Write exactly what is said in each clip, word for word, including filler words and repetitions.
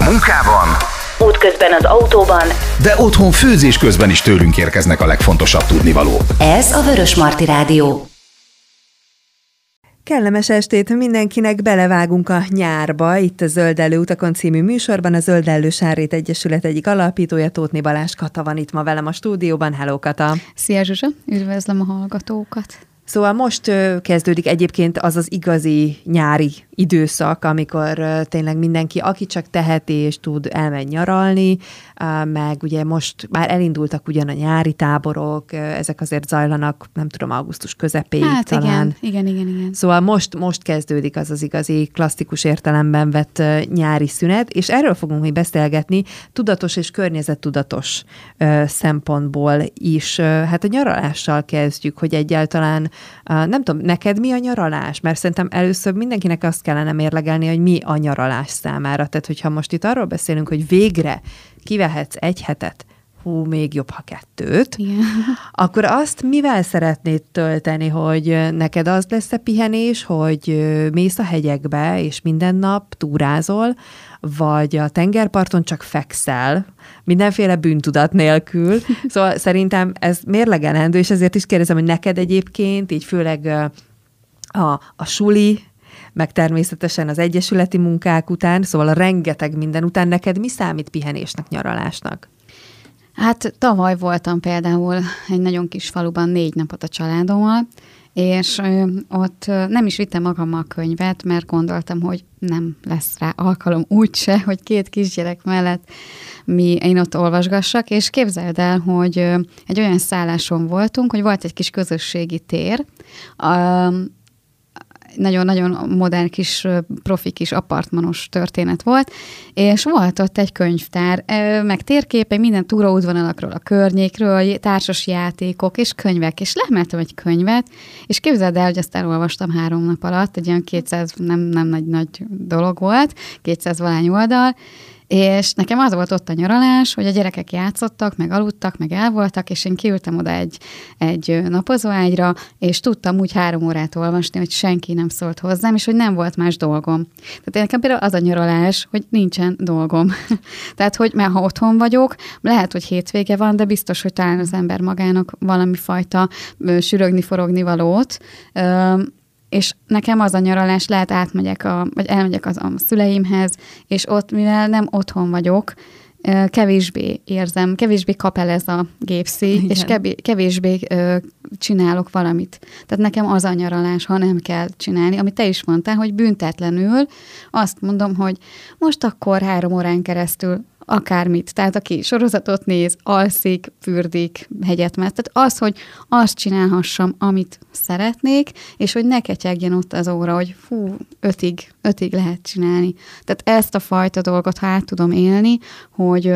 munkában, útközben az autóban, de otthon főzés közben is tőlünk érkeznek a legfontosabb tudnivalók. Ez a Vörösmarty Rádió. Kellemes estét mindenkinek, belevágunk a nyárba, itt a Zöldellő utakon című műsorban. A Zöldellő Sárrét Egyesület egyik alapítója, Tótné Balázs Kata van itt ma velem a stúdióban. Hello, Kata! Szia, Zsuzsa! Üdvözlöm a hallgatókat! Szóval most kezdődik egyébként az az igazi nyári időszak, amikor tényleg mindenki, aki csak teheti és tud, elmegy nyaralni, meg ugye most már elindultak ugyan a nyári táborok, ezek azért zajlanak, nem tudom, augusztus közepéig hát talán. igen, igen, igen, igen. Szóval most, most kezdődik az az igazi klasszikus értelemben vett nyári szünet, és erről fogunk mi beszélgetni tudatos és környezettudatos szempontból is. Hát a nyaralással kezdjük, hogy egyáltalán nem tudom, neked mi a nyaralás? Mert szerintem először mindenkinek azt kellene mérlegelni, hogy mi a nyaralás számára. Tehát, hogyha most itt arról beszélünk, hogy végre kivehetsz egy hetet, hú, még jobb, ha kettőt, igen. Akkor azt mivel szeretnéd tölteni, hogy neked az lesz a pihenés, hogy mész a hegyekbe, és minden nap túrázol, vagy a tengerparton csak fekszel, mindenféle bűntudat nélkül. Szóval szerintem ez mérlegelendő, és ezért is kérdezem, hogy neked egyébként, így főleg a, a suli, meg természetesen az egyesületi munkák után, szóval a rengeteg minden után neked mi számít pihenésnek, nyaralásnak? Hát tavaly voltam például egy nagyon kis faluban négy napot a családommal, és ö, ott ö, nem is vittem magammal könyvet, mert gondoltam, hogy nem lesz rá alkalom úgyse, hogy két kisgyerek mellett mi, én ott olvasgassak, és képzeld el, hogy ö, egy olyan szálláson voltunk, hogy volt egy kis közösségi tér, ö, nagyon-nagyon modern kis, profi kis apartmanos történet volt, és volt ott egy könyvtár, meg térképek, minden túraútvonalakról, a környékről, társas játékok és könyvek, és leemeltem egy könyvet, és képzeld el, hogy azt elolvastam három nap alatt, egy olyan kétszáz, nem, nem nagy-nagy dolog volt, kétszáz valány oldal, és nekem az volt ott a nyaralás, hogy a gyerekek játszottak, meg aludtak, meg el voltak, és én kiültem oda egy, egy napozóágyra, és tudtam úgy három órát olvasni, hogy senki nem szólt hozzám, és hogy nem volt más dolgom. Tehát én nekem például az a nyaralás, hogy nincsen dolgom. Tehát, hogy mert ha otthon vagyok, lehet, hogy hétvége van, de biztos, hogy talán az ember magának valami fajta sürögni, forogni valót, és nekem az a nyaralás, lehet átmegyek, a, vagy elmegyek az a szüleimhez, és ott, mivel nem otthon vagyok, kevésbé érzem, kevésbé kap el ez a gépszi, igen. És kevésbé ö, csinálok valamit. Tehát nekem az a nyaralás, ha nem kell csinálni, amit te is mondtál, hogy büntetlenül azt mondom, hogy most akkor három órán keresztül akármit. Tehát aki sorozatot néz, alszik, fürdik, hegyet mesz. Tehát az, hogy azt csinálhassam, amit szeretnék, és hogy ne ketyegjen ott az óra, hogy fú, ötig, ötig lehet csinálni. Tehát ezt a fajta dolgot, ha át tudom élni, hogy,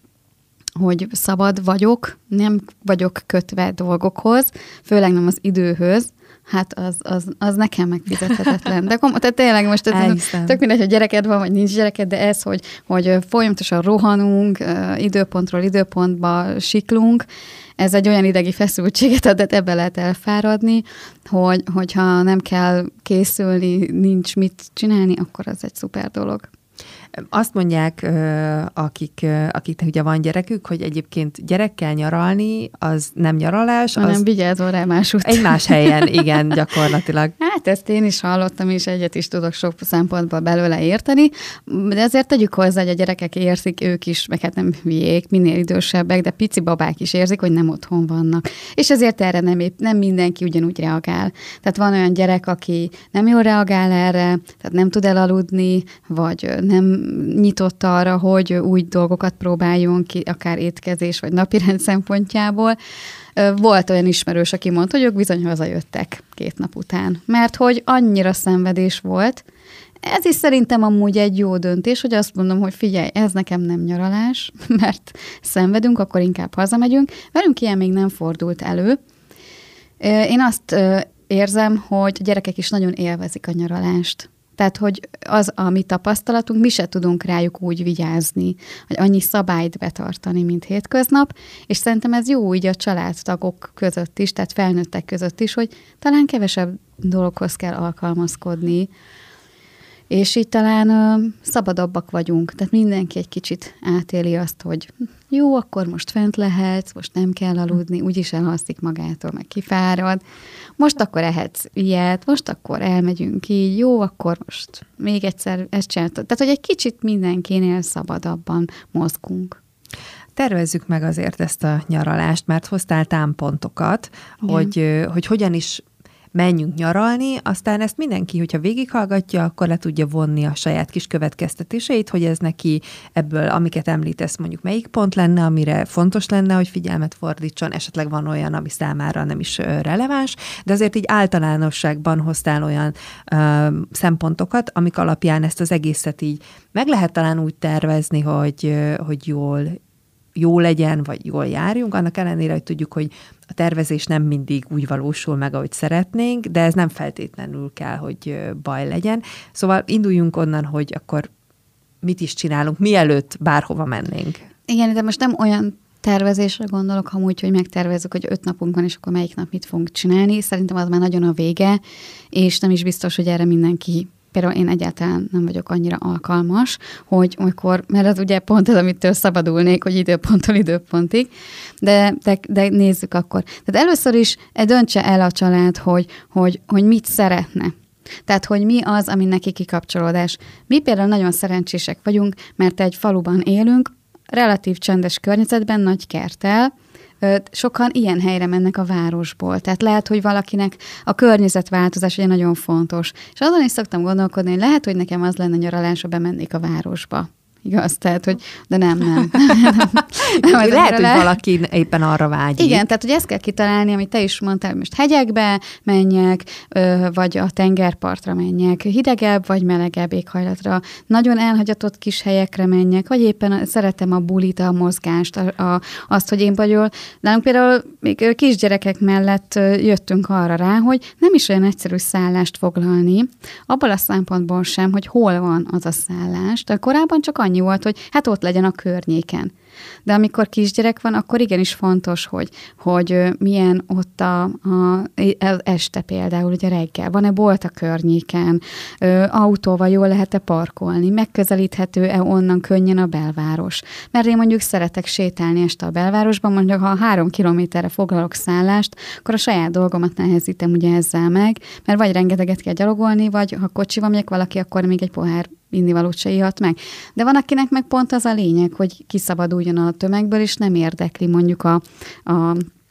hogy szabad vagyok, nem vagyok kötve dolgokhoz, főleg nem az időhöz, hát az, az, az nekem megfizethetetlen. De kom- tehát tényleg most ez tök mindegy, hogy gyereked van, vagy nincs gyereked, de ez, hogy, hogy folyamatosan rohanunk, időpontról időpontba siklunk, ez egy olyan idegi feszültséget ad, de ebbe lehet elfáradni, hogy, hogyha nem kell készülni, nincs mit csinálni, akkor az egy szuper dolog. Azt mondják, akik, akik ugye van gyerekük, hogy egyébként gyerekkel nyaralni, az nem nyaralás. Hanem az vigyázol rá másút. Egy más helyen, igen, gyakorlatilag. Hát ezt én is hallottam, és egyet is tudok sok szempontból belőle érteni, de azért tegyük hozzá, hogy a gyerekek érzik, ők is, meg hát nem hülyék, minél idősebbek, de pici babák is érzik, hogy nem otthon vannak. És ezért erre nem, épp, nem mindenki ugyanúgy reagál. Tehát van olyan gyerek, aki nem jól reagál erre, tehát nem tud elaludni, vagy nem nyitott arra, hogy új dolgokat próbáljon ki, akár étkezés, vagy napirend szempontjából. Volt olyan ismerős, aki mondta, hogy ők bizony hazajöttek két nap után, mert hogy annyira szenvedés volt. Ez is szerintem amúgy egy jó döntés, hogy azt mondom, hogy figyelj, ez nekem nem nyaralás, mert szenvedünk, akkor inkább hazamegyünk. Velünk ilyen még nem fordult elő. Én azt érzem, hogy a gyerekek is nagyon élvezik a nyaralást. Tehát, hogy az a mi tapasztalatunk, mi se tudunk rájuk úgy vigyázni, vagy annyi szabályt betartani, mint hétköznap, és szerintem ez jó így a családtagok között is, tehát felnőttek között is, hogy talán kevesebb dologhoz kell alkalmazkodni. És így talán ö, szabadabbak vagyunk, tehát mindenki egy kicsit átéli azt, hogy jó, akkor most fent lehetsz, most nem kell aludni, úgyis elhalszik magától, meg kifárad. Most akkor ehetsz ilyet, most akkor elmegyünk így, jó, akkor most még egyszer ezt csináltad. Tehát, hogy egy kicsit mindenkinél szabadabban mozgunk. Tervezzük meg azért ezt a nyaralást, mert hoztál támpontokat, hogy, hogy hogyan is menjünk nyaralni, aztán ezt mindenki, hogyha végighallgatja, akkor le tudja vonni a saját kis következtetéseit, hogy ez neki ebből, amiket említesz, mondjuk melyik pont lenne, amire fontos lenne, hogy figyelmet fordítson, esetleg van olyan, ami számára nem is releváns, de azért így általánosságban hoztál olyan ö, szempontokat, amik alapján ezt az egészet így meg lehet talán úgy tervezni, hogy, hogy jól jó legyen, vagy jól járjunk, annak ellenére, hogy tudjuk, hogy a tervezés nem mindig úgy valósul meg, ahogy szeretnénk, de ez nem feltétlenül kell, hogy baj legyen. Szóval induljunk onnan, hogy akkor mit is csinálunk, mielőtt bárhova mennénk. Igen, de most nem olyan tervezésre gondolok, amúgy, hogy megtervezzük, hogy öt napunk van, és akkor melyik nap mit fogunk csinálni. Szerintem az már nagyon a vége, és nem is biztos, hogy erre mindenki például én egyáltalán nem vagyok annyira alkalmas, hogy amikor, mert az ugye pont az, amitől szabadulnék, hogy időponttól időpontig, de, de, de nézzük akkor. Tehát először is döntse el a család, hogy, hogy, hogy mit szeretne. Tehát, hogy mi az, ami neki kikapcsolódás. Mi például nagyon szerencsések vagyunk, mert egy faluban élünk, relatív csendes környezetben, nagy kerttel, sokan ilyen helyre mennek a városból. Tehát lehet, hogy valakinek a környezetváltozás ugye nagyon fontos. És azon is szoktam gondolkodni, hogy lehet, hogy nekem az lenne nyaralásra, bemennék a városba. Igaz? Tehát, hogy de nem, nem. nem lehet, hogy valaki éppen arra vágyik. Igen, tehát, hogy ezt kell kitalálni, amit te is mondtál, hogy most hegyekbe menjek, vagy a tengerpartra menjek, hidegebb vagy melegebb éghajlatra, nagyon elhagyatott kis helyekre menjek, vagy éppen szeretem a bulit, a mozgást, a, a, azt, hogy én vagyok. Nálunk például még kisgyerekek mellett jöttünk arra rá, hogy nem is olyan egyszerű szállást foglalni, abban a szempontból sem, hogy hol van az a szállás, de korábban csak annyi volt, hogy hát ott legyen a környéken. De amikor kisgyerek van, akkor igenis fontos, hogy, hogy milyen ott a, a, az este például, ugye reggel, van-e bolt a környéken, autóval jól lehet-e parkolni, megközelíthető-e onnan könnyen a belváros. Mert én mondjuk szeretek sétálni este a belvárosban, mondjuk ha három kilométerre foglalok szállást, akkor a saját dolgomat nehezítem ugye ezzel meg, mert vagy rengeteget kell gyalogolni, vagy ha kocsival megyek valaki, akkor még egy pohár innivalót se ihat meg. De van, akinek meg pont az a lényeg, hogy kiszabaduljon a tömegből, és nem érdekli mondjuk a, a,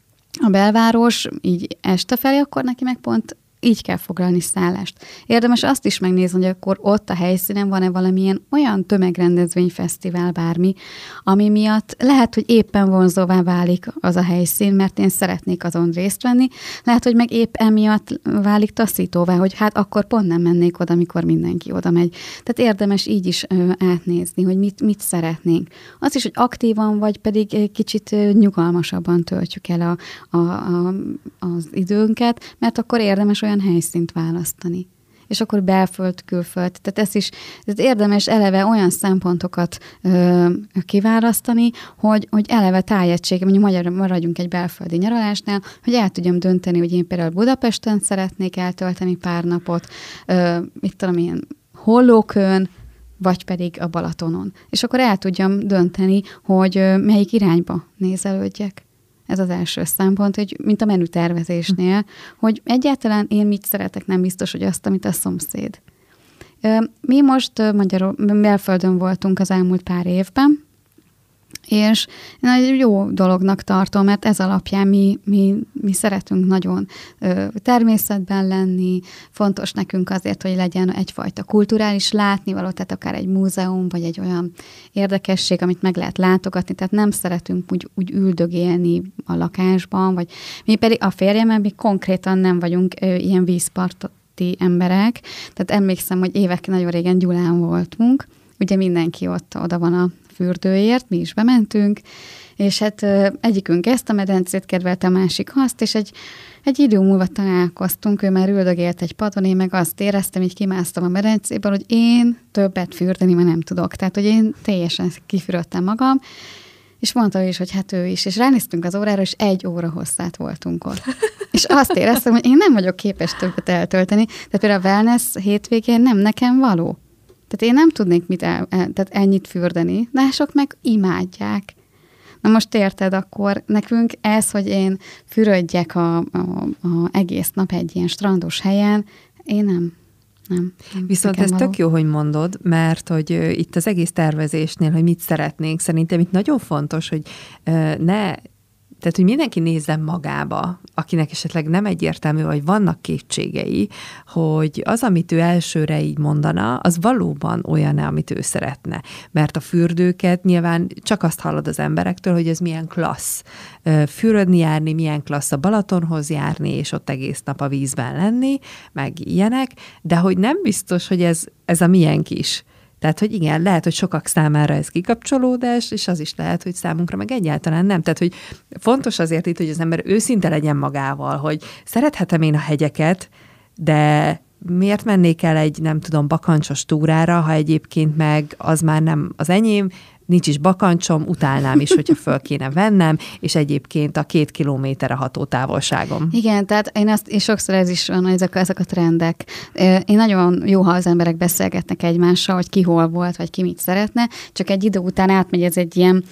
a belváros, így este felé, akkor neki meg pont így kell foglalni szállást. Érdemes azt is megnézni, hogy akkor ott a helyszínen van-e valamilyen olyan tömegrendezvény, fesztivál, bármi, ami miatt lehet, hogy éppen vonzóvá válik az a helyszín, mert én szeretnék azon részt venni, lehet, hogy meg épp emiatt válik taszítóvá, hogy hát akkor pont nem mennék oda, amikor mindenki oda megy. Tehát érdemes így is ö, átnézni, hogy mit, mit szeretnénk. Az is, hogy aktívan vagy pedig kicsit ö, nyugalmasabban töltjük el a, a, a, az időnket, mert akkor érdemes olyan helyszínt választani. És akkor belföld, külföld. Tehát ez is ez érdemes eleve olyan szempontokat ö, kiválasztani, hogy, hogy eleve tájegység, mondjuk magyar, maradjunk egy belföldi nyaralásnál, hogy el tudjam dönteni, hogy én például Budapesten szeretnék eltölteni pár napot, ö, mit tudom én, Hollókön, vagy pedig a Balatonon. És akkor el tudjam dönteni, hogy ö, melyik irányba nézelődjek. Ez az első szempont, hogy mint a menütervezésnél, hogy egyáltalán én mit szeretek, nem biztos, hogy azt, amit a szomszéd. Mi most Magyarul, belföldön voltunk az elmúlt pár évben, és én egy jó dolognak tartom, mert ez alapján mi, mi, mi szeretünk nagyon ö, természetben lenni, fontos nekünk azért, hogy legyen egyfajta kulturális látnivaló, tehát akár egy múzeum, vagy egy olyan érdekesség, amit meg lehet látogatni, tehát nem szeretünk úgy, úgy üldögélni a lakásban, vagy mi pedig a férjemmel, mi konkrétan nem vagyunk ö, ilyen vízparti emberek, tehát emlékszem, hogy évek nagyon régen Gyulán voltunk, ugye mindenki ott oda van a fürdőért, mi is bementünk, és hát egyikünk ezt a medencét kedvelte, a másik azt, és egy, egy idő múlva találkoztunk, ő már üldögélt egy padon, én meg azt éreztem, így kimásztam a medencéből, hogy én többet fürdeni már nem tudok. Tehát, hogy én teljesen kifürödtem magam, és mondta ő is, hogy hát ő is. És ránéztünk az órára, és egy óra hosszát voltunk ott. És azt éreztem, hogy én nem vagyok képes többet eltölteni. Tehát például a wellness hétvégén nem nekem való. Tehát én nem tudnék mit el, el, tehát ennyit fürdeni, de sok meg imádják. Na most érted, akkor nekünk ez, hogy én fürödjek a, a, a egész nap egy ilyen strandos helyen, én nem. Nem. Viszont ez való. tök jó, hogy mondod, mert hogy itt az egész tervezésnél, hogy mit szeretnénk, szerintem itt nagyon fontos, hogy ne, tehát, hogy mindenki nézzen magába, akinek esetleg nem egyértelmű, vagy vannak kétségei, hogy az, amit ő elsőre így mondana, az valóban olyan-e, amit ő szeretne. Mert a fürdőket nyilván csak azt hallod az emberektől, hogy ez milyen klassz fürödni járni, milyen klassz a Balatonhoz járni, és ott egész nap a vízben lenni, meg ilyenek, de hogy nem biztos, hogy ez, ez a miénk is. Tehát, hogy igen, lehet, hogy sokak számára ez kikapcsolódás, és az is lehet, hogy számunkra meg egyáltalán nem. Tehát, hogy fontos azért itt, hogy az ember őszinte legyen magával, hogy szerethetem én a hegyeket, de miért mennék el egy, nem tudom, bakancsos túrára, ha egyébként meg az már nem az enyém, nincs is bakancsom, utálnám is, hogyha föl kéne vennem, és egyébként a két kilométer a hatótávolságom. Igen, tehát én azt, és sokszor ez is van, ezek, ezek a trendek. Én nagyon jó, ha az emberek beszélgetnek egymással, hogy ki hol volt, vagy ki mit szeretne, csak egy idő után átmegy ez egy ilyen,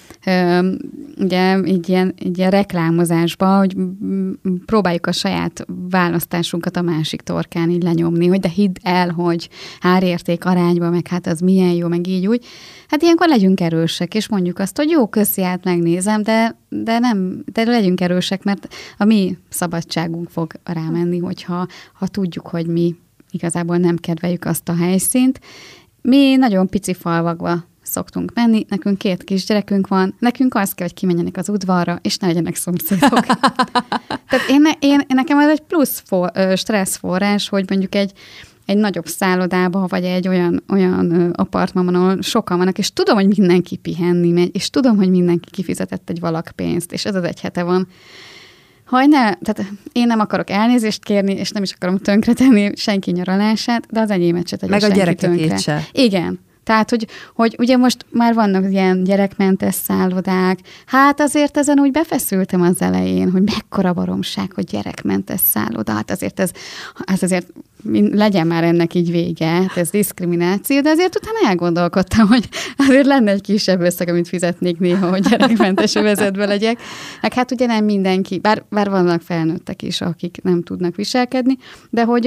ugye, egy ilyen, egy ilyen reklámozásba, hogy próbáljuk a saját választásunkat a másik torkán így lenyomni, hogy de hidd el, hogy árérték arányban, meg hát az milyen jó, meg így úgy. Hát ilyenkor legyünk erősek, és mondjuk azt, hogy jó, köszi, át megnézem, de, de nem, de legyünk erősek, mert a mi szabadságunk fog rámenni, hogyha ha tudjuk, hogy mi igazából nem kedveljük azt a helyszínt. Mi nagyon pici falvakba szoktunk menni, nekünk két kisgyerekünk van, nekünk az kell, hogy kimenjenek az udvarra, és ne legyenek szomszédok. Tehát én, én, nekem ez egy plusz for, stresszforrás, hogy mondjuk egy egy nagyobb szállodába, vagy egy olyan, olyan apartmanban, ahol sokan vannak, és tudom, hogy mindenki pihenni megy, és tudom, hogy mindenki kifizetett egy valakpénzt, és ez az egy hete van. Haj, ne, tehát én nem akarok elnézést kérni, és nem is akarom tönkretenni senki nyaralását, de az enyémet se tegye meg senki a gyerekekét se. Igen. Tehát, hogy, hogy ugye most már vannak ilyen gyerekmentes szálodák, hát azért ezen úgy befeszültem az elején, hogy mekkora baromság, hogy gyerekmentes szálloda, hát azért ez, ez azért legyen már ennek így vége, hát ez diszkrimináció, de azért utána elgondolkodtam, hogy azért lenne egy kisebb összeg, amit fizetnék néha, hogy gyerekmentes övezetbe legyek. Meg hát ugye nem mindenki, bár, bár vannak felnőttek is, akik nem tudnak viselkedni, de hogy...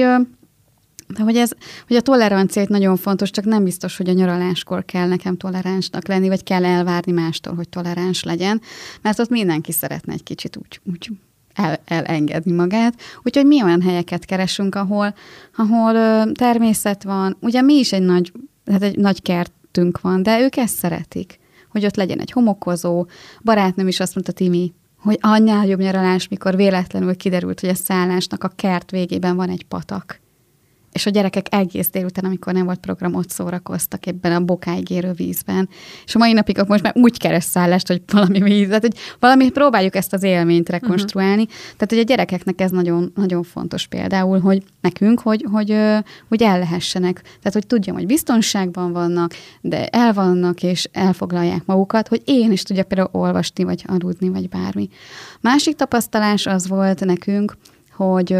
De hogy, ez, hogy a tolerancia itt nagyon fontos, csak nem biztos, hogy a nyaraláskor kell nekem toleránsnak lenni, vagy kell elvárni mástól, hogy toleráns legyen, mert ott mindenki szeretne egy kicsit úgy, úgy el, elengedni magát. Úgyhogy mi olyan helyeket keresünk, ahol, ahol ö, természet van. Ugye mi is egy nagy, hát egy nagy kertünk van, de ők ezt szeretik, hogy ott legyen egy homokozó. Barátnőm is azt mondta, Timi, hogy annál jobb nyaralás, mikor véletlenül kiderült, hogy a szállásnak a kert végében van egy patak. És a gyerekek egész délután, amikor nem volt program, ott szórakoztak ebben a bokáig érő vízben. És a mai napig most már úgy keres szállást, hogy valami víz, tehát, hogy valami próbáljuk ezt az élményt rekonstruálni. Uh-huh. Tehát, hogy a gyerekeknek ez nagyon, nagyon fontos például, hogy nekünk, hogy, hogy, hogy el lehessenek. Tehát, hogy tudjam, hogy biztonságban vannak, de el vannak, és elfoglalják magukat, hogy én is tudjak például olvasni, vagy aludni, vagy bármi. Másik tapasztalás az volt nekünk, hogy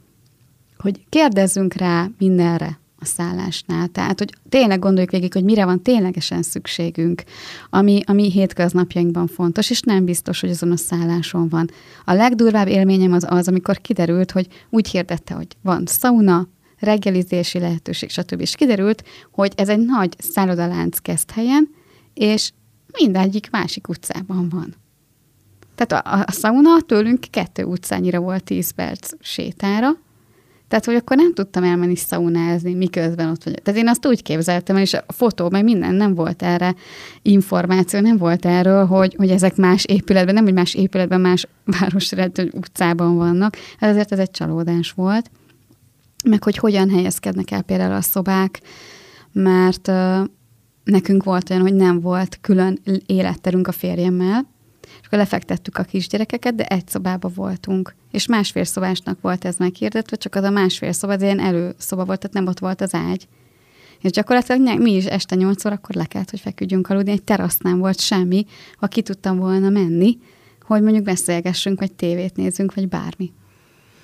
hogy kérdezzünk rá mindenre a szállásnál. Tehát, hogy tényleg gondoljuk végig, hogy mire van ténylegesen szükségünk, ami, ami hétköznapjainkban fontos, és nem biztos, hogy azon a szálláson van. A legdurvább élményem az az, amikor kiderült, hogy úgy hirdette, hogy van szauna, reggelizési lehetőség, stb. És kiderült, hogy ez egy nagy szállodalánc Keszthelyen, és mindegyik másik utcában van. Tehát a, a szauna tőlünk kettő utcányira volt tíz perc sétára, tehát, hogy akkor nem tudtam elmenni szaunázni, miközben ott vagyok. Tehát én azt úgy képzeltem, és a fotó, meg minden, nem volt erre információ, nem volt erről, hogy, hogy ezek más épületben, nem, hogy más épületben, más városrendű utcában vannak. Ez azért ez egy csalódás volt. Meg, hogy hogyan helyezkednek el például a szobák, mert uh, nekünk volt olyan, hogy nem volt külön életterünk a férjemmel, és akkor lefektettük a kisgyerekeket, de egy szobában voltunk. És másfél szobásnak volt ez meghirdetve, csak az a másfél szoba, az ilyen előszoba volt, tehát nem ott volt az ágy. És gyakorlatilag mi is este nyolc órakor le kellett, hogy feküdjünk aludni, egy terasz nem volt semmi, ha ki tudtam volna menni, hogy mondjuk beszélgessünk, vagy tévét nézzünk, vagy bármi.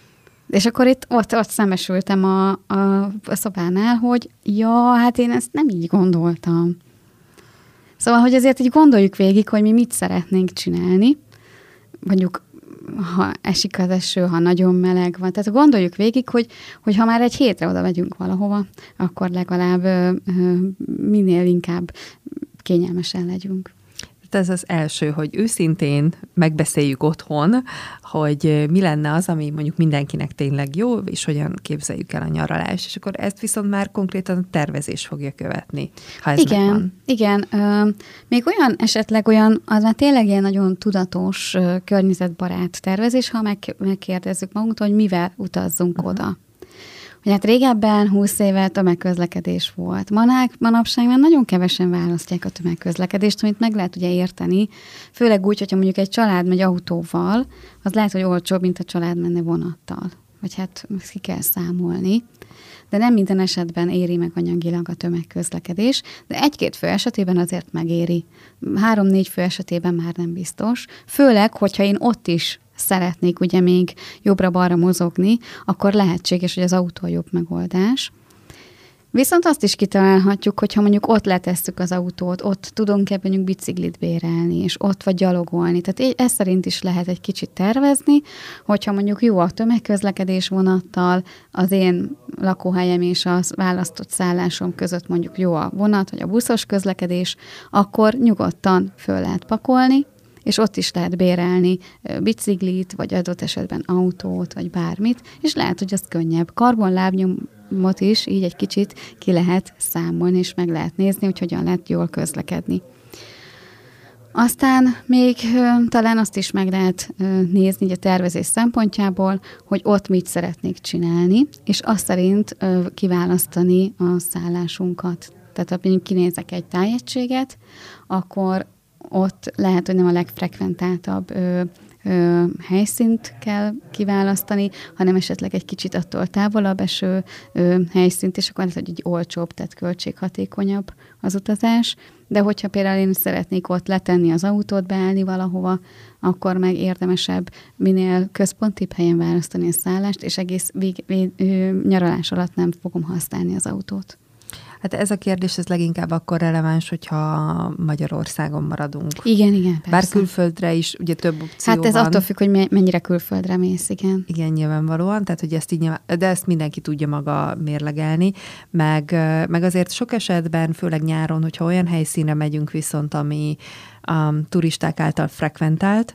És akkor itt ott, ott szembesültem a, a, a szobánál, hogy ja, hát én ezt nem így gondoltam. Szóval, hogy azért így gondoljuk végig, hogy mi mit szeretnénk csinálni, mondjuk, ha esik az eső, ha nagyon meleg van. Tehát gondoljuk végig, hogy, hogy ha már egy hétre oda megyünk valahova, akkor legalább ö, ö, minél inkább kényelmesen legyünk. Ez az első, hogy őszintén megbeszéljük otthon, hogy mi lenne az, ami mondjuk mindenkinek tényleg jó, és hogyan képzeljük el a nyaralást, és akkor ezt viszont már konkrétan a tervezés fogja követni, ha ez igen, megvan. Igen, ö, még olyan esetleg olyan, az már tényleg ilyen nagyon tudatos, ö, környezetbarát tervezés, ha meg, megkérdezzük magunktól, hogy mivel utazzunk uh-huh. oda. Hogy hát régebben húsz éve tömegközlekedés volt. Manák, manapság már nagyon kevesen választják a tömegközlekedést, amit meg lehet ugye érteni, főleg úgy, hogyha mondjuk egy család megy autóval, az lehet, hogy olcsóbb, mint a család menne vonattal. Vagy hát ezt ki kell számolni. De nem minden esetben éri meg anyagilag a tömegközlekedés, de egy-két fő esetében azért megéri. Három-négy fő esetében már nem biztos. Főleg, hogyha én ott is szeretnék ugye még jobbra-balra mozogni, akkor lehetséges, hogy az autó a jobb megoldás. Viszont azt is kitalálhatjuk, hogyha mondjuk ott letesszük az autót, ott tudunk-e mondjuk biciklit bérelni, és ott vagy gyalogolni. Tehát ez szerint is lehet egy kicsit tervezni, hogyha mondjuk jó a tömegközlekedés vonattal, az én lakóhelyem és a választott szállásom között mondjuk jó a vonat, vagy a buszos közlekedés, akkor nyugodtan föl lehet pakolni, és ott is lehet bérelni biciklit, vagy adott esetben autót, vagy bármit, és lehet, hogy az könnyebb. Karbonlábnyomot is így egy kicsit ki lehet számolni, és meg lehet nézni, hogy hogyan lehet jól közlekedni. Aztán még ö, talán azt is meg lehet ö, nézni így a tervezés szempontjából, hogy ott mit szeretnék csinálni, és azt szerint ö, kiválasztani a szállásunkat. Tehát, ha mondjuk kinézek egy tájegységet, akkor ott lehet, hogy nem a legfrekventáltabb ö, ö, helyszínt kell kiválasztani, hanem esetleg egy kicsit attól távolabb eső ö, helyszínt, és akkor lehet, hogy egy olcsóbb, tehát költséghatékonyabb az utazás. De hogyha például én szeretnék ott letenni az autót, beállni valahova, akkor meg érdemesebb minél központibb helyen választani a szállást, és egész vég, vég, ö, nyaralás alatt nem fogom használni az autót. Hát ez a kérdés ez leginkább akkor releváns, hogyha Magyarországon maradunk. Igen, igen, persze. Bár külföldre is ugye több opció Hát ez van. attól függ, hogy mennyire külföldre mész, igen. Igen, nyilvánvalóan, tehát hogy ezt így nyilván, de ezt mindenki tudja maga mérlegelni, meg, meg azért sok esetben, főleg nyáron, hogyha olyan helyszínre megyünk viszont, ami um, turisták által frekventált,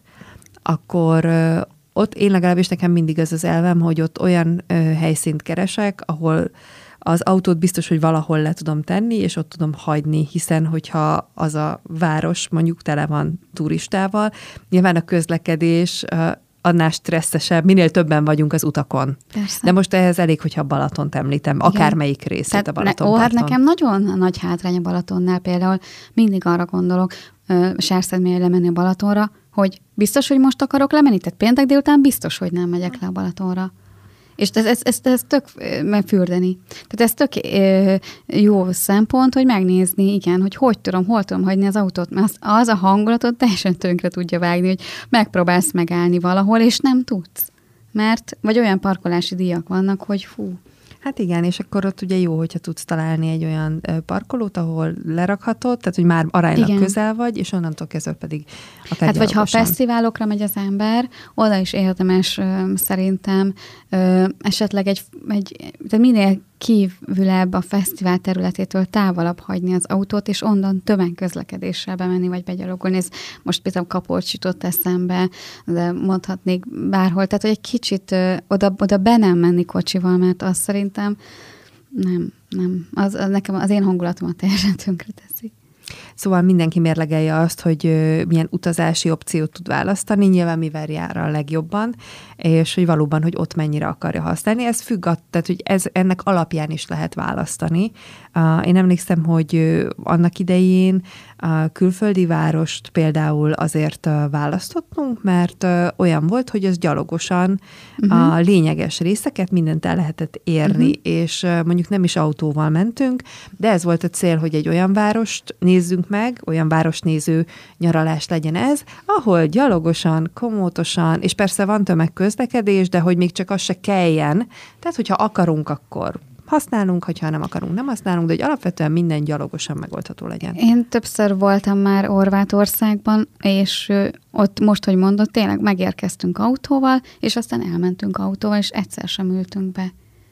akkor uh, ott én legalábbis nekem mindig az az elvem, hogy ott olyan uh, helyszínt keresek, ahol az autót biztos, hogy valahol le tudom tenni, és ott tudom hagyni, hiszen hogyha az a város mondjuk tele van turistával, nyilván a közlekedés uh, annál stresszesebb, minél többen vagyunk az utakon. Persze. De most ehhez elég, hogyha Balatont említem, igen. Akármelyik részét Tehát a Balatonparton. Ne, ó, hát nekem nagyon nagy hátrány a Balatonnál például, mindig arra gondolok, uh, Sárszentmérre lemenni a Balatonra, hogy biztos, hogy most akarok lemenni, tehát péntek délután biztos, hogy nem megyek le a Balatonra. És ez, ez, ez, ez tök megfürdeni. Tehát ez tök ö, jó szempont, hogy megnézni, igen, hogy hogy tudom, hol tudom hagyni az autót, mert az, az a hangulatot teljesen tönkre tudja vágni, hogy megpróbálsz megállni valahol, és nem tudsz. Mert, vagy olyan parkolási díjak vannak, hogy fú. Hát igen, és akkor ott ugye jó, hogyha tudsz találni egy olyan parkolót, ahol lerakhatod, tehát hogy már aránylag igen. közel vagy, és onnantól kezdve pedig akár Hát vagy ha a gyalogosan. fesztiválokra megy az ember, oda is érdemes ö, szerintem ö, esetleg egy, egy, tehát minél kívülebb a fesztivál területétől távolabb hagyni az autót, és onnan tömegközlekedéssel bemenni, vagy begyalogolni. Ez most például Kapolcs jutott eszembe, de mondhatnék bárhol. Tehát, hogy egy kicsit ö, oda, oda be nem menni kocsival, mert azt szerintem nem, nem. Az, az nekem az én hangulatomat teljesen tönkre teszi. Szóval mindenki mérlegelje azt, hogy milyen utazási opciót tud választani, nyilván mivel jár a legjobban, és hogy valóban, hogy ott mennyire akarja használni. Ez függ, tehát hogy ez, ennek alapján is lehet választani. Én emlékszem, hogy annak idején A külföldi várost például azért választottunk, mert olyan volt, hogy az gyalogosan uh-huh. a lényeges részeket mindent el lehetett érni, uh-huh. és mondjuk nem is autóval mentünk, de ez volt a cél, hogy egy olyan várost nézzünk meg, olyan városnéző nyaralás legyen ez, ahol gyalogosan, komótosan, és persze van tömegközlekedés, de hogy még csak az se kelljen, tehát hogyha akarunk, akkor használunk, hogyha nem akarunk, nem használunk, de hogy alapvetően minden gyalogosan megoldható legyen. Én többször voltam már Horvátországban, és ott most, hogy mondod, tényleg megérkeztünk autóval, és aztán elmentünk autóval, és egyszer sem ültünk be.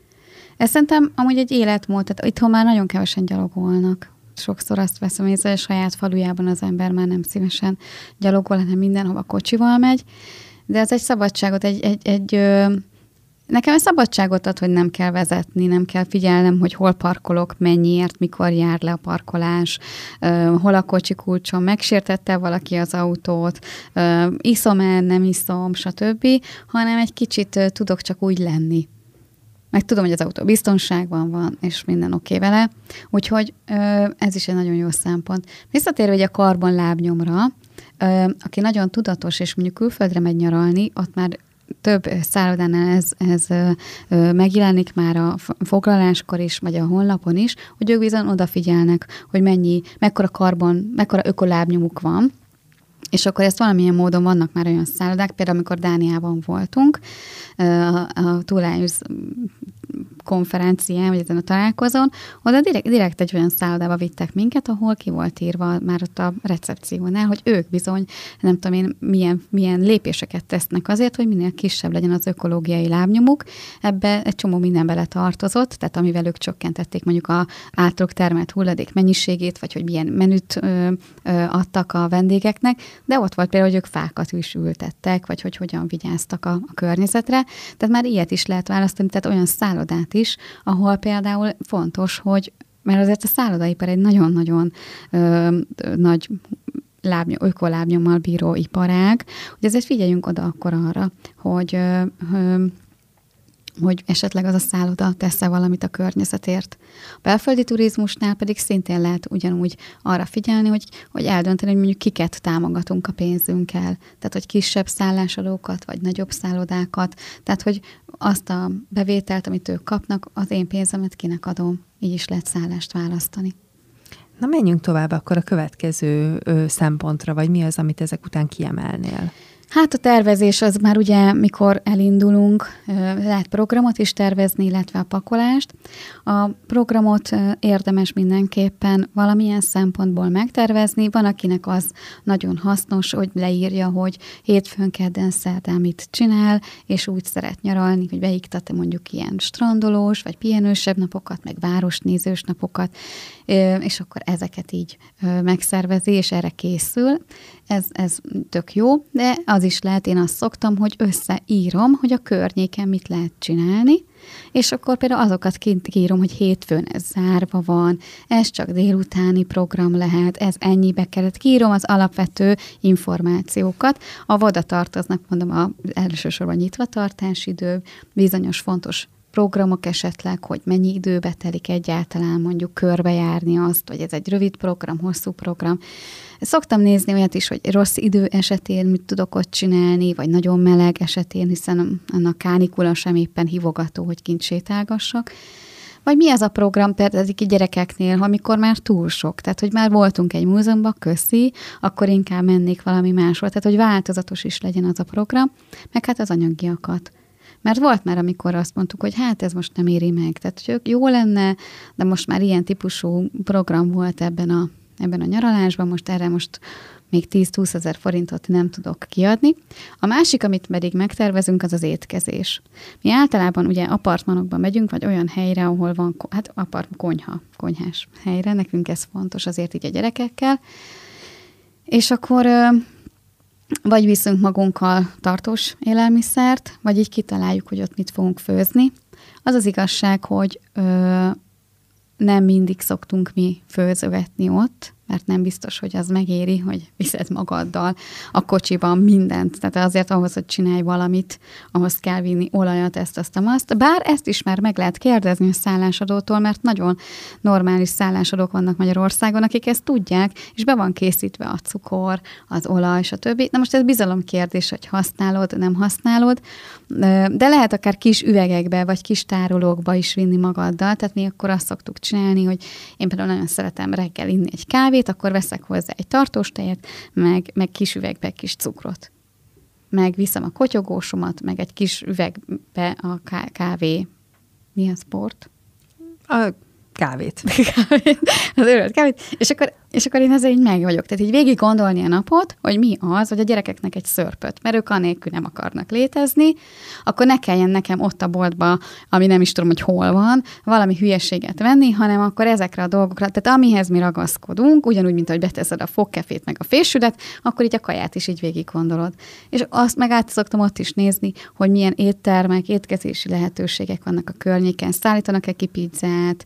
Ez szerintem amúgy egy életmód, tehát itthon már nagyon kevesen gyalogolnak. Sokszor azt veszem észre, hogy a saját falujában az ember már nem szívesen gyalogol, hanem mindenhova kocsival megy, de ez egy szabadságot, egy, egy, egy nekem egy szabadságot ad, hogy nem kell vezetni, nem kell figyelnem, hogy hol parkolok, mennyiért, mikor jár le a parkolás, uh, hol a kocsi kulcsom, megsértette valaki az autót, uh, iszom-e, nem iszom, stb., hanem egy kicsit uh, tudok csak úgy lenni. Meg tudom, hogy az autó biztonságban van, és minden oké okay vele. Úgyhogy uh, ez is egy nagyon jó szempont. Visszatérve a karbon lábnyomra, uh, aki nagyon tudatos, és mondjuk külföldre megy nyaralni, ott már több szállodánál ez, ez ö, ö, megjelenik már a foglaláskor is, vagy a honlapon is, hogy ők bizony odafigyelnek, hogy mennyi, mekkora karbon, mekkora ökolábnyomuk van, és akkor ezt valamilyen módon vannak már olyan szállodák, például amikor Dániában voltunk, a, a Túlájusz konferencián, vagy ezen a találkozón, oda direkt, direkt egy olyan szállodába vittek minket, ahol ki volt írva már ott a recepciónál, hogy ők bizony, nem tudom én, milyen, milyen lépéseket tesznek azért, hogy minél kisebb legyen az ökológiai lábnyomuk. Ebbe egy csomó minden bele tartozott, tehát amivel ők csökkentették mondjuk a általuk termelt hulladék mennyiségét, vagy hogy milyen menüt ö, ö, adtak a vendégeknek, de ott volt például, hogy ők fákat is ültettek, vagy hogy hogyan vigyáztak a, a környezetre. Tehát már ilyet is lehet választani, tehát olyan szállodát is, ahol például fontos, hogy, mert azért a szállodaipar egy nagyon-nagyon ö, nagy lábnyom, ökolábnyommal bíró iparág, hogy ezért figyeljünk oda akkor arra, hogy ö, ö, hogy esetleg az a szálloda tesz-e valamit a környezetért. A belföldi turizmusnál pedig szintén lehet ugyanúgy arra figyelni, hogy, hogy eldönteni, hogy mondjuk kiket támogatunk a pénzünkkel. Tehát, hogy kisebb szállásadókat, vagy nagyobb szállodákat. Tehát, hogy azt a bevételt, amit ők kapnak, az én pénzemet kinek adom. Így is lehet szállást választani. Na, menjünk tovább akkor a következő ö, szempontra, vagy mi az, amit ezek után kiemelnél? Hát a tervezés az már ugye, mikor elindulunk, lehet programot is tervezni, illetve a pakolást. A programot érdemes mindenképpen valamilyen szempontból megtervezni. Van, akinek az nagyon hasznos, hogy leírja, hogy hétfőn, kedden, szerdán mit csinál, és úgy szeret nyaralni, hogy beiktat mondjuk ilyen strandolós, vagy pihenősebb napokat, meg városnézős napokat, és akkor ezeket így megszervezi, és erre készül. Ez, ez tök jó, de az is lehet, én azt szoktam, hogy összeírom, hogy a környéken mit lehet csinálni, és akkor például azokat kint írom, hogy hétfőn ez zárva van, ez csak délutáni program lehet, ez ennyibe kellett. Kiírom az alapvető információkat. A oda tartoznak, mondom, az elsősorban nyitvatartási idő, bizonyos fontos programok esetleg, hogy mennyi időbe telik egyáltalán mondjuk körbejárni azt, vagy ez egy rövid program, hosszú program. Szoktam nézni olyat is, hogy rossz idő esetén mit tudok ott csinálni, vagy nagyon meleg esetén, hiszen annak kánikula sem éppen hívogató, hogy kint sétálgassak. Vagy mi az a program, például a gyerekeknél, amikor már túl sok, tehát hogy már voltunk egy múzeumban, köszi, akkor inkább mennék valami máshol, tehát hogy változatos is legyen az a program, meg hát az anyagiakat. Mert volt már, amikor azt mondtuk, hogy hát ez most nem éri meg. Tehát hogy jó lenne, de most már ilyen típusú program volt ebben a, ebben a nyaralásban, most erre most még tíz-húsz ezer forintot nem tudok kiadni. A másik, amit pedig megtervezünk, az az étkezés. Mi általában ugye apartmanokban megyünk, vagy olyan helyre, ahol van, hát apart, konyha, konyhás helyre, nekünk ez fontos azért így a gyerekekkel. És akkor vagy viszünk magunkkal tartós élelmiszert, vagy így kitaláljuk, hogy ott mit fogunk főzni. Az az igazság, hogy ö, nem mindig szoktunk mi főzögetni ott, mert nem biztos, hogy az megéri, hogy viszed magaddal a kocsiban mindent. Tehát azért ahhoz, hogy csinálj valamit, ahhoz kell vinni olajat, ezt, azt, azt. Bár ezt is már meg lehet kérdezni a szállásadótól, mert nagyon normális szállásadók vannak Magyarországon, akik ezt tudják, és be van készítve a cukor, az olaj, stb. Na most ez bizalomkérdés, hogy használod, nem használod, de lehet akár kis üvegekbe, vagy kis tárolókba is vinni magaddal, tehát mi akkor azt szoktuk csinálni, hogy én például nagyon szeretem reggel inni egy kávét, akkor veszek hozzá egy tartós tejet, meg, meg kis üvegbe kis cukrot. Meg viszem a kotyogósomat, meg egy kis üvegbe a ká- kávé. Mi a sport? A kávét. kávét. Az őrölt kávét. És akkor, és akkor én ezzel így meg vagyok. Tehát így végig gondolni a napot, hogy mi az, hogy a gyerekeknek egy szörpöt, mert ők anélkül nem akarnak létezni, akkor ne kelljen nekem ott a boltba, ami nem is tudom, hogy hol van, valami hülyeséget venni, hanem akkor ezekre a dolgokra, tehát amihez mi ragaszkodunk, ugyanúgy, mint ahogy beteszed a fogkefét, meg a fésület, akkor így a kaját is így végig gondolod. És azt meg át szoktam ott is nézni, hogy milyen éttermek, étkezési lehetőségek vannak a környéken, szállítanak-e ki pizzát,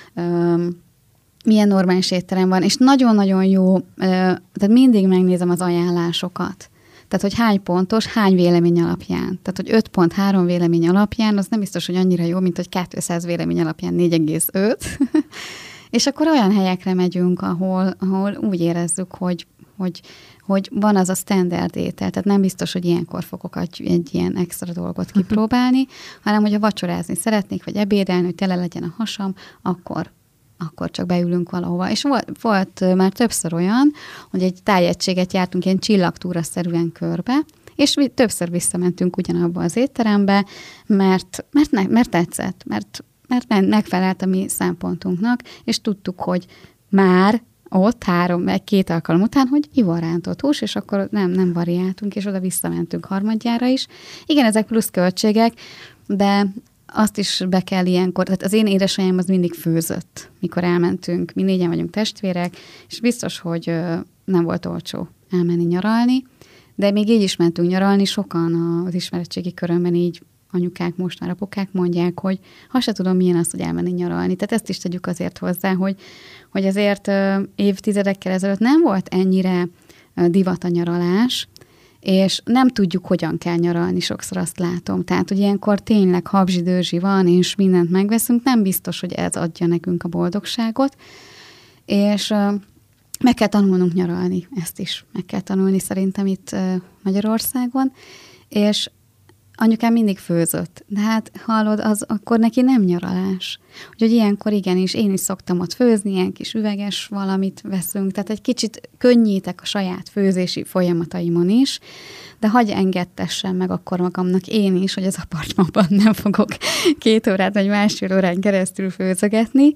Um, milyen normális étterem van, és nagyon-nagyon jó, uh, tehát mindig megnézem az ajánlásokat. Tehát, hogy hány pontos, hány vélemény alapján. Tehát, hogy öt pont három vélemény alapján, az nem biztos, hogy annyira jó, mint hogy kétszáz vélemény alapján négy egész öt. És akkor olyan helyekre megyünk, ahol, ahol úgy érezzük, hogy, hogy, hogy van az a standard étel. Tehát nem biztos, hogy ilyenkor fogok egy, egy ilyen extra dolgot kipróbálni, uh-huh. hanem, hogyha vacsorázni szeretnék, vagy ebédelni, hogy tele legyen a hasam, akkor, akkor csak beülünk valahova. És volt, volt már többször olyan, hogy egy tájegységet jártunk ilyen csillagtúra-szerűen körbe, és mi többször visszamentünk ugyanabba az étterembe, mert, mert, ne, mert tetszett, mert, mert megfelelt a mi szempontunknak, és tudtuk, hogy már ott három, meg két alkalom után, hogy ivarrántott hús, és akkor nem, nem variáltunk, és oda visszamentünk harmadjára is. Igen, ezek plusz költségek, de azt is be kell ilyenkor, tehát az én édesanyám az mindig főzött, mikor elmentünk. Mi négyen vagyunk testvérek, és biztos, hogy nem volt olcsó elmenni nyaralni, de még így is mentünk nyaralni, sokan az ismeretségi körömben így anyukák, most már apukák mondják, hogy ha se tudom, milyen az, hogy elmenni nyaralni. Tehát ezt is tegyük azért hozzá, hogy, hogy azért évtizedekkel ezelőtt nem volt ennyire divat a nyaralás, és nem tudjuk, hogyan kell nyaralni, sokszor azt látom. Tehát, hogy ilyenkor tényleg habzsi-dőzsi van, és mindent megveszünk, nem biztos, hogy ez adja nekünk a boldogságot, és meg kell tanulnunk nyaralni, ezt is meg kell tanulni szerintem itt Magyarországon, és anyukám mindig főzött, de hát hallod, az akkor neki nem nyaralás. Úgyhogy ilyenkor igenis, én is szoktam ott főzni, ilyen kis üveges valamit veszünk, tehát egy kicsit könnyítek a saját főzési folyamataimon is, de hagyj engedtessem meg akkor magamnak én is, hogy az apartmanban nem fogok két órát vagy másfél órán keresztül főzögetni,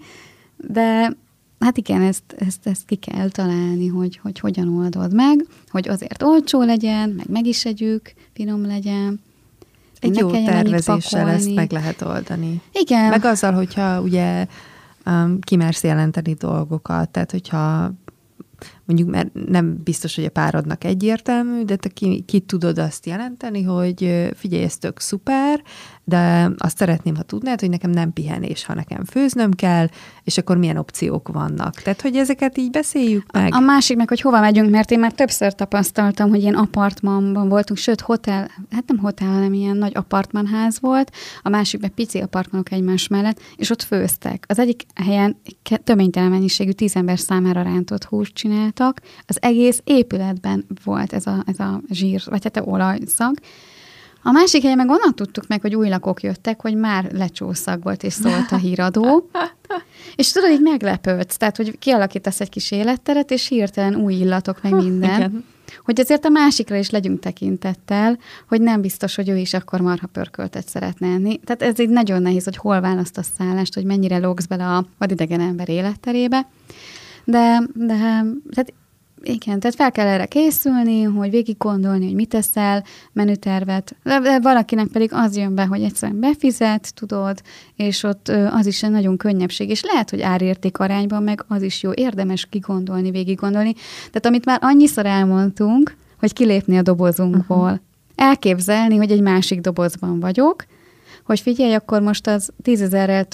de hát igen, ezt, ezt, ezt ki kell találni, hogy, hogy hogyan oldod meg, hogy azért olcsó legyen, meg meg is együk, finom legyen. Egy jó tervezéssel ezt meg lehet oldani. Igen. Meg azzal, hogyha ugye um, kimersz jelenteni dolgokat, tehát hogyha mondjuk, mert nem biztos, hogy a párodnak egyértelmű, de te ki, ki tudod azt jelenteni, hogy figyelj, ez tök szuper, de azt szeretném, ha tudnád, hogy nekem nem pihenés, ha nekem főznöm kell, és akkor milyen opciók vannak. Tehát, hogy ezeket így beszéljük meg. A, a másik meg, hogy hova megyünk, mert én már többször tapasztaltam, hogy ilyen apartmanban voltunk, sőt, hotel, hát nem hotel, hanem ilyen nagy apartmanház volt, a másikban pici apartmanok egymás mellett, és ott főztek. Az egyik helyen töménytelen mennyiségű tíz ember számára rántott húst csináltak, az egész épületben volt ez a, ez a zsír, vagy hát a olajszag. A másik helyen meg onnan tudtuk meg, hogy új lakók jöttek, hogy már lecsószag volt, és szólt a híradó. És tudod, így meglepődsz, tehát, hogy kialakítasz egy kis életteret, és hirtelen új illatok, meg minden. Igen. Hogy azért a másikra is legyünk tekintettel, hogy nem biztos, hogy ő is akkor marha pörköltet szeretne enni. Tehát ez így nagyon nehéz, hogy hol választasz szállást, hogy mennyire lógsz bele a vadidegen ember életterébe. De, de tehát igen, tehát fel kell erre készülni, hogy végig gondolni, hogy mit teszel, menütervet. De, de valakinek pedig az jön be, hogy egyszerűen befizet, tudod, és ott az is egy nagyon könnyebbség, és lehet, hogy árérték arányban meg az is jó, érdemes kigondolni, végig gondolni. Tehát amit már annyiszor elmondtunk, hogy kilépni a dobozunkból, uh-huh. elképzelni, hogy egy másik dobozban vagyok, hogy figyelj, akkor most az tízezerrel több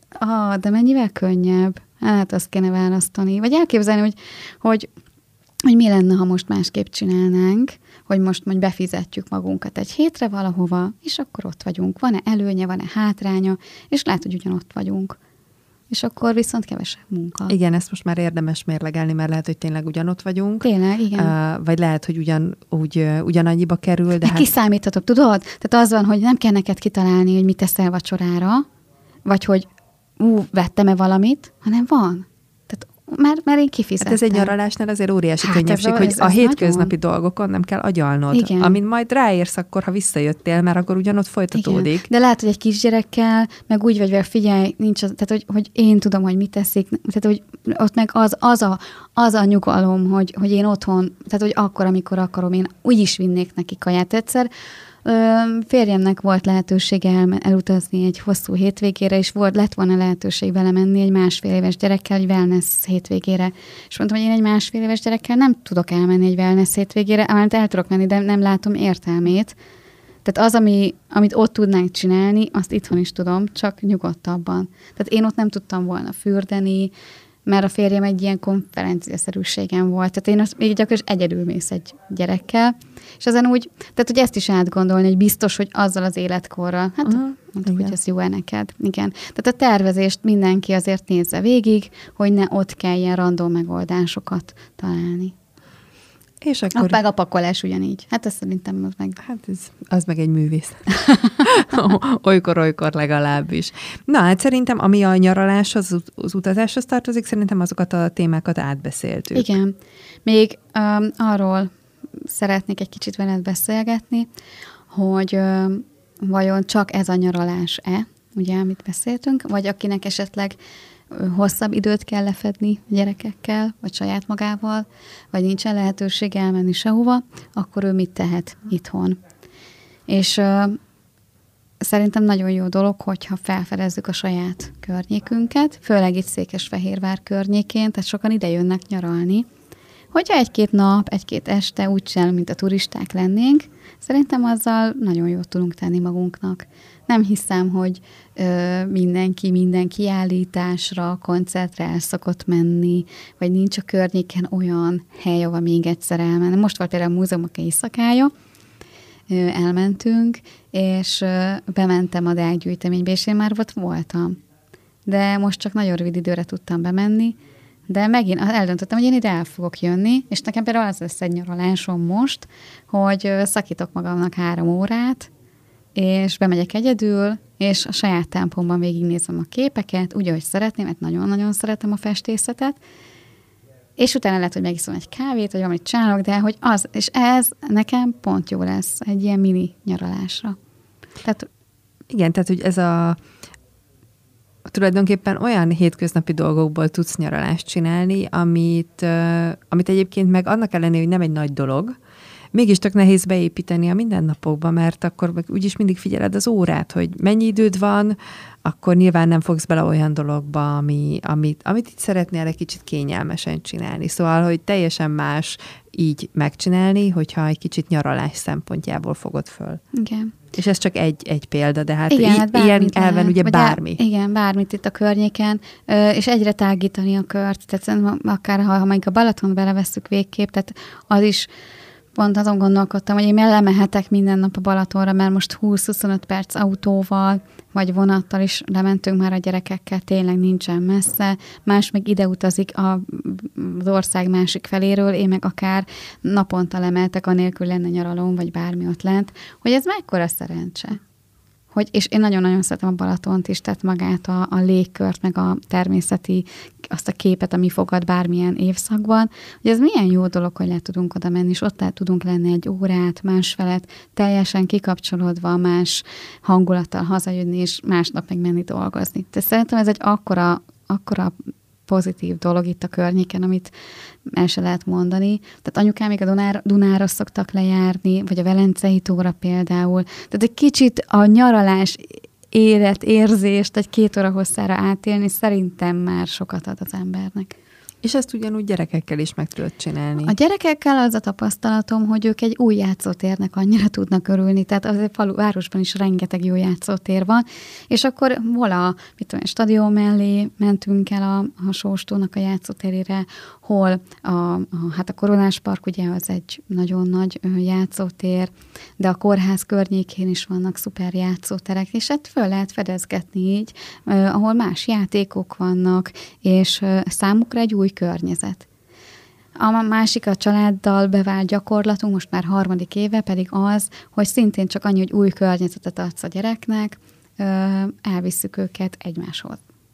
Ah, de mennyivel könnyebb? Hát azt kéne választani. Vagy elképzelni, hogy, hogy, hogy mi lenne, ha most másképp csinálnánk, hogy most majd befizetjük magunkat egy hétre valahova, és akkor ott vagyunk. Van-e előnye, van-e hátránya, és lehet, hogy ugyanott vagyunk. És akkor viszont kevesebb munka. Igen, ezt most már érdemes mérlegelni, mert lehet, hogy tényleg ugyanott vagyunk. Tényleg, igen. Uh, vagy lehet, hogy ugyan, úgy, ugyanannyiba kerül. De hát... Kiszámíthatóbb, tudod? Tehát az van, hogy nem kell neked kitalálni, hogy mit teszel vacsorára, vagy hogy ú, vettem-e valamit, hanem van. Tehát már, már én kifizettem. Hát ez egy nyaralásnál azért óriási hát könnyebbség, ez, hogy ez, a ez hétköznapi nagyon... dolgokon nem kell agyalnod. Igen. Amin majd ráérsz akkor, ha visszajöttél, mert akkor ugyanott folytatódik. Igen. De lehet, hogy egy kisgyerekkel, meg úgy vagy, hogy figyelj, nincs az, tehát hogy, hogy én tudom, hogy mit teszik, tehát hogy ott meg az, az, a, az a nyugalom, hogy, hogy én otthon, tehát hogy akkor, amikor akarom, én úgy is vinnék neki kaját. Egyszer férjemnek volt lehetősége el, elutazni egy hosszú hétvégére, és volt, lett volna lehetőség vele menni egy másfél éves gyerekkel egy wellness hétvégére. És mondtam, hogy én egy másfél éves gyerekkel nem tudok elmenni egy wellness hétvégére, mert el tudok menni, de nem látom értelmét. Tehát az, ami, amit ott tudnánk csinálni, azt itthon is tudom, csak nyugodtabban. Tehát én ott nem tudtam volna fürdeni, mert a férjem egy ilyen konferenciaszerűségem volt. Tehát én azt még gyakorlatilag egyedül mész egy gyerekkel, és ezen úgy, tehát hogy ezt is átgondolni, hogy biztos, hogy azzal az életkorral, hát uh-huh, mondtuk, hogy ez jó-e neked. Igen. Tehát a tervezést mindenki azért nézze végig, hogy ne ott kelljen random megoldásokat találni. És akkor... A meg a pakolás ugyanígy. Hát ez szerintem az meg... Hát ez, az meg egy művész. Olykor-olykor legalábbis. Na, hát szerintem, ami a nyaraláshoz, az utazáshoz tartozik, szerintem azokat a témákat átbeszéltük. Igen. Még um, arról szeretnék egy kicsit veled beszélgetni, hogy um, vajon csak ez a nyaralás-e, ugye, amit beszéltünk, vagy akinek esetleg hosszabb időt kell lefedni gyerekekkel, vagy saját magával, vagy nincsen lehetőség elmenni sehova, akkor ő mit tehet itthon. És uh, szerintem nagyon jó dolog, hogyha felfedezzük a saját környékünket, főleg itt Székesfehérvár környékén, tehát sokan ide jönnek nyaralni. Hogyha egy-két nap, egy-két este úgy csinálunk, mint a turisták lennénk, szerintem azzal nagyon jót tudunk tenni magunknak. Nem hiszem, hogy ö, mindenki minden kiállításra, koncertre el szokott menni, vagy nincs a környéken olyan hely, ahol még egyszer elmenni. Most volt például a múzeumok éjszakája, ö, elmentünk, és ö, bementem a Deák-gyűjteménybe, és én már ott voltam. De most csak nagyon rövid időre tudtam bemenni, de megint eldöntöttem, hogy én ide el fogok jönni, és nekem például az lesz egy nyaralásom most, hogy szakítok magamnak három órát, és bemegyek egyedül, és a saját tempomban végignézem a képeket, úgy, ahogy szeretném, mert nagyon-nagyon szeretem a festészetet, és utána lehet, hogy megiszom egy kávét, vagy valamit csinálok, de hogy az, és ez nekem pont jó lesz egy ilyen mini nyaralásra. Tehát, igen, tehát, hogy ez a tulajdonképpen olyan hétköznapi dolgokból tudsz nyaralást csinálni, amit, amit egyébként meg annak ellenére, hogy nem egy nagy dolog, mégis tök nehéz beépíteni a mindennapokba, mert akkor meg úgyis mindig figyeled az órát, hogy mennyi időd van, akkor nyilván nem fogsz bele olyan dologba, ami, amit, amit itt szeretnél egy kicsit kényelmesen csinálni. Szóval, hogy teljesen más így megcsinálni, hogyha egy kicsit nyaralás szempontjából fogod föl. Igen. És ez csak egy, egy példa, de hát igen, í- hát ilyen elven lehet. ugye vagy bármi. El, igen, bármit itt a környéken, és egyre tágítani a kört. Tehát akár ha, ha meg a Balaton belevesszük végképp, tehát az is pont azon gondolkodtam, hogy én lemehetek minden nap a Balatonra, mert most húsz-huszonöt perc autóval, vagy vonattal is lementünk már a gyerekekkel, tényleg nincsen messze. Más meg ide utazik a, az ország másik feléről, én meg akár naponta lemeltek, anélkül lenne nyaralom, vagy bármi ott lent, hogy ez mekkora szerencse. Hogy, és én nagyon-nagyon szeretem a Balatont is, tehát magát a, a légkört, meg a természeti, azt a képet, ami fogad bármilyen évszakban, hogy ez milyen jó dolog, hogy le tudunk oda menni, és ott le tudunk lenni egy órát, másfelet, teljesen kikapcsolódva, más hangulattal hazajönni, és másnap meg menni dolgozni. Tehát szerintem ez egy akkora, akkora pozitív dolog itt a környéken, amit el se lehet mondani. Tehát anyukám még a Dunára, Dunára szoktak lejárni, vagy a Velencei tóra például. Tehát egy kicsit a nyaralás életérzést egy két óra hosszára átélni szerintem már sokat ad az embernek. És ezt ugyanúgy gyerekekkel is meg tudod csinálni. A gyerekekkel az a tapasztalatom, hogy ők egy új játszótérnek annyira tudnak örülni, tehát azért falu, városban is rengeteg jó játszótér van, és akkor hol a, mit tudom, stadion mellé mentünk el a, a Sóstónak a játszótérére, hol a, a, hát a Koronás Park, ugye az egy nagyon nagy játszótér, de a kórház környékén is vannak szuper játszóterek, és hát föl lehet fedezgetni így, ahol más játékok vannak, és számukra egy új környezet. A másik a családdal bevált gyakorlatunk, most már harmadik éve pedig az, hogy szintén csak annyi, hogy új környezetet adsz a gyereknek, elvisszük őket egymáshoz.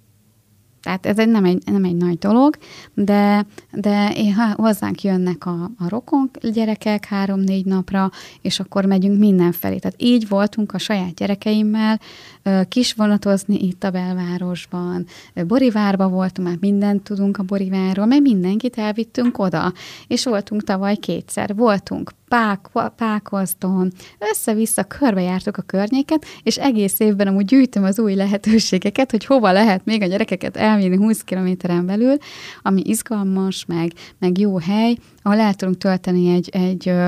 Tehát ez egy, nem, egy, nem egy nagy dolog, de, de hozzánk jönnek a, a rokon gyerekek három-négy napra, és akkor megyünk mindenfelé. Tehát így voltunk a saját gyerekeimmel, kisvonatozni itt a belvárosban, Borivárba voltunk, már mindent tudunk a Borivárról, mert mindenkit elvittünk oda. És voltunk tavaly kétszer, voltunk Pák, Pákozdon, össze-vissza körbejártuk a környéket, és egész évben amúgy gyűjtöm az új lehetőségeket, hogy hova lehet még a gyerekeket elvinni húsz kilométeren belül, ami izgalmas, meg, meg jó hely, ahol el tudunk tölteni egy, egy ö,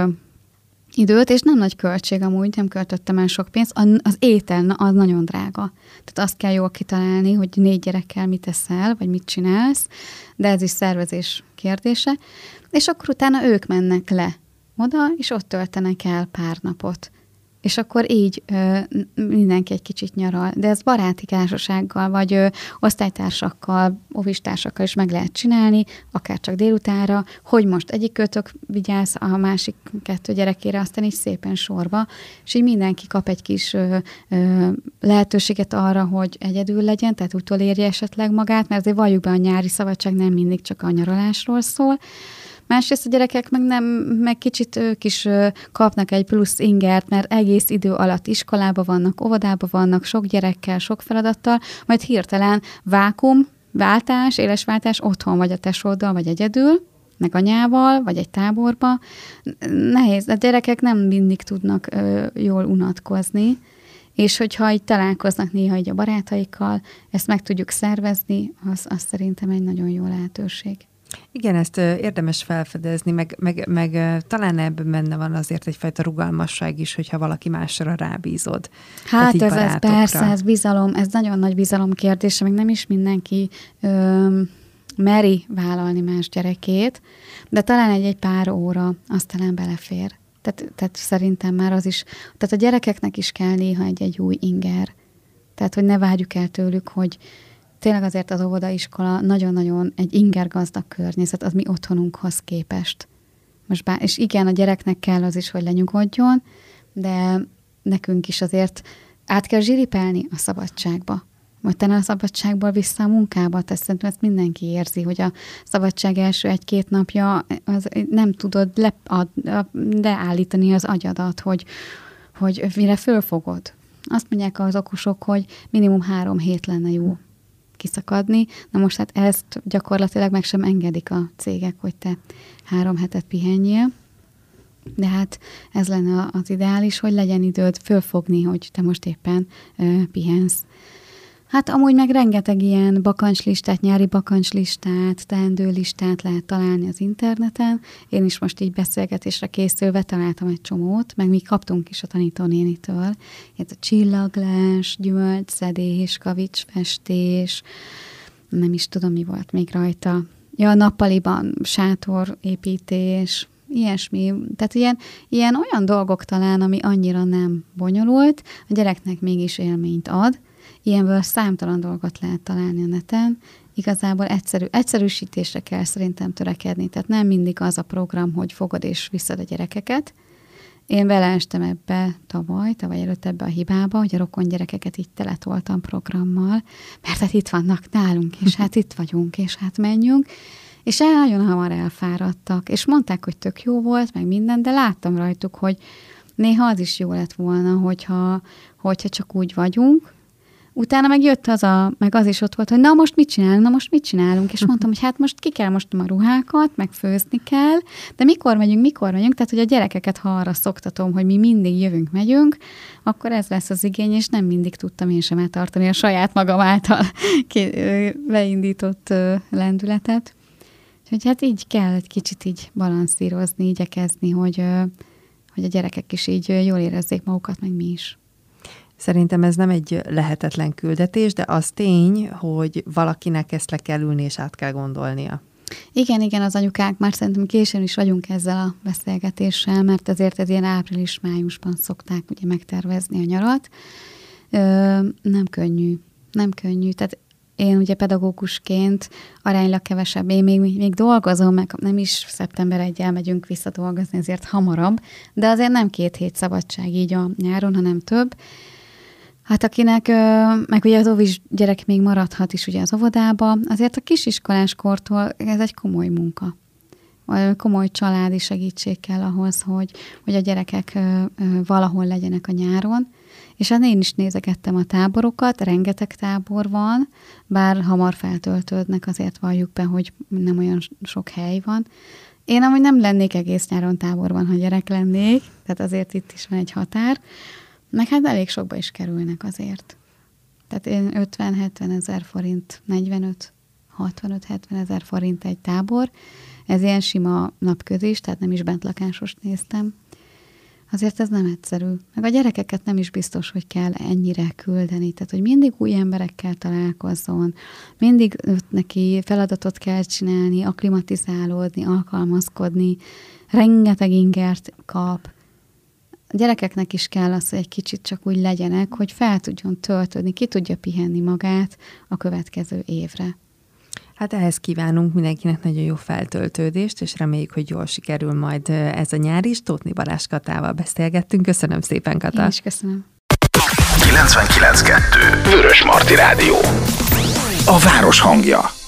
időt, és nem nagy költség amúgy, nem költöttem el sok pénzt, az étel na, az nagyon drága. Tehát azt kell jól kitalálni, hogy négy gyerekkel mit eszel, vagy mit csinálsz, de ez is szervezés kérdése, és akkor utána ők mennek le oda, és ott töltenek el pár napot. És akkor így ö, mindenki egy kicsit nyaral. De ez baráti társasággal, vagy ö, osztálytársakkal, ovistársakkal is meg lehet csinálni, akár csak délutánra, hogy most egyik kötök vigyáz a másik kettő gyerekére, aztán is szépen sorba, és így mindenki kap egy kis ö, ö, lehetőséget arra, hogy egyedül legyen, tehát utolérje esetleg magát, mert azért valljuk be, a nyári szabadság nem mindig csak a nyaralásról szól. Másrészt a gyerekek meg, nem, meg kicsit ők is kapnak egy plusz ingert, mert egész idő alatt iskolába vannak, óvodába vannak, sok gyerekkel, sok feladattal, majd hirtelen vákum, váltás, éles váltás, otthon vagy a tesóddal, vagy egyedül, meg anyával, vagy egy táborba. Nehéz, a gyerekek nem mindig tudnak ö, jól unatkozni, és hogyha így találkoznak néha így a barátaikkal, ezt meg tudjuk szervezni, az, az szerintem egy nagyon jó lehetőség. Igen, ezt érdemes felfedezni, meg, meg, meg talán ebben benne van azért egyfajta rugalmasság is, hogyha valaki másra rábízod. Hát ez, ez persze, ez bizalom, ez nagyon nagy bizalom kérdése, meg nem is mindenki ö, meri vállalni más gyerekét, de talán egy-egy pár óra, az talán belefér. Tehát, tehát szerintem már az is, tehát a gyerekeknek is kell néha egy-egy új inger. Tehát, hogy ne várjuk el tőlük, hogy tényleg azért az óvodaiskola nagyon-nagyon egy ingergazdag környezet, az mi otthonunkhoz képest. Most bár, és igen, a gyereknek kell az is, hogy lenyugodjon, de nekünk is azért át kell zsiripelni a szabadságba. Utána a szabadságból vissza a munkába, tehát szerintem ezt mindenki érzi, hogy a szabadság első egy-két napja az nem tudod le, ad, leállítani az agyadat, hogy, hogy mire fölfogod. Azt mondják az okosok, hogy minimum három hét lenne jó kiszakadni. Na most hát ezt gyakorlatilag meg sem engedik a cégek, hogy te három hetet pihenjél. De hát ez lenne az ideális, hogy legyen időd fölfogni, hogy te most éppen ö, pihensz. Hát amúgy meg rengeteg ilyen bakancslistát, nyári bakancslistát, teendőlistát lehet találni az interneten. Én is most így beszélgetésre készülve találtam egy csomót, meg mi kaptunk is a tanítónénitől. Ez a csillaglás, gyümölcsszedés, kavicsfestés, nem is tudom, mi volt még rajta. Ja, nappaliban sátorépítés, ilyesmi. Tehát ilyen, ilyen olyan dolgok talán, ami annyira nem bonyolult, a gyereknek mégis élményt ad. Ilyenből számtalan dolgot lehet találni a neten. Igazából egyszerű, egyszerűsítésre kell szerintem törekedni. Tehát nem mindig az a program, hogy fogod és viszed a gyerekeket. Én beleestem ebbe tavaly, tavaly előtt ebbe a hibába, hogy a rokon gyerekeket így teletoltam programmal, mert hát itt vannak nálunk, és hát itt vagyunk, és hát menjünk. És nagyon hamar elfáradtak, és mondták, hogy tök jó volt, meg minden, de láttam rajtuk, hogy néha az is jó lett volna, hogyha, hogyha csak úgy vagyunk. Utána meg jött az a, meg az is ott volt, hogy na most mit csinálunk, na most mit csinálunk, és mondtam, hogy hát most ki kell mostom a ruhákat, meg főzni kell, de mikor megyünk, mikor megyünk, tehát hogy a gyerekeket, ha arra szoktatom, hogy mi mindig jövünk, megyünk, akkor ez lesz az igény, és nem mindig tudtam én sem eltartani a saját magam által beindított lendületet. Úgyhogy hát így kell egy kicsit így balanszírozni, igyekezni, hogy, hogy a gyerekek is így jól érezzék magukat, meg mi is. Szerintem ez nem egy lehetetlen küldetés, de az tény, hogy valakinek ezt le kell ülni, és át kell gondolnia. Igen, igen, az anyukák már szerintem későn is vagyunk ezzel a beszélgetéssel, mert azért ez ilyen április-májusban szokták ugye megtervezni a nyarat. Ö, nem könnyű, nem könnyű. Tehát én ugye pedagógusként aránylag kevesebb, én még, még dolgozom, meg nem is szeptember elseje elmegyünk vissza dolgozni, ezért hamarabb, de azért nem két hét szabadság így a nyáron, hanem több. Hát akinek, meg ugye az óvis gyerek még maradhat is ugye az óvodába, azért a kisiskolás kortól ez egy komoly munka. Komoly családi segítség kell ahhoz, hogy, hogy a gyerekek valahol legyenek a nyáron. És hát én is nézegettem a táborokat, rengeteg tábor van, bár hamar feltöltődnek, azért valljuk be, hogy nem olyan sok hely van. Én amúgy nem lennék egész nyáron táborban, ha gyerek lennék, tehát azért itt is van egy határ. Meg hát elég sokba is kerülnek azért. Tehát én ötven-hetven ezer forint, negyvenöt, hatvanöt, hetven ezer forint egy tábor. Ez ilyen sima napközis, tehát nem is bentlakásost néztem. Azért ez nem egyszerű. Meg a gyerekeket nem is biztos, hogy kell ennyire küldeni. Tehát, hogy mindig új emberekkel találkozzon, mindig neki feladatot kell csinálni, akklimatizálódni, alkalmazkodni, rengeteg ingert kap. A gyerekeknek is kell az, hogy egy kicsit csak úgy legyenek, hogy fel tudjon töltődni, ki tudja pihenni magát a következő évre. Hát ehhez kívánunk mindenkinek nagyon jó feltöltődést, és reméljük, hogy jól sikerül majd ez a nyár is. Tóth Balázs Katával beszélgettünk. Köszönöm szépen, Kata. Én is köszönöm. kilencvenkilenc kettő Vörös Marti Rádió. A város hangja.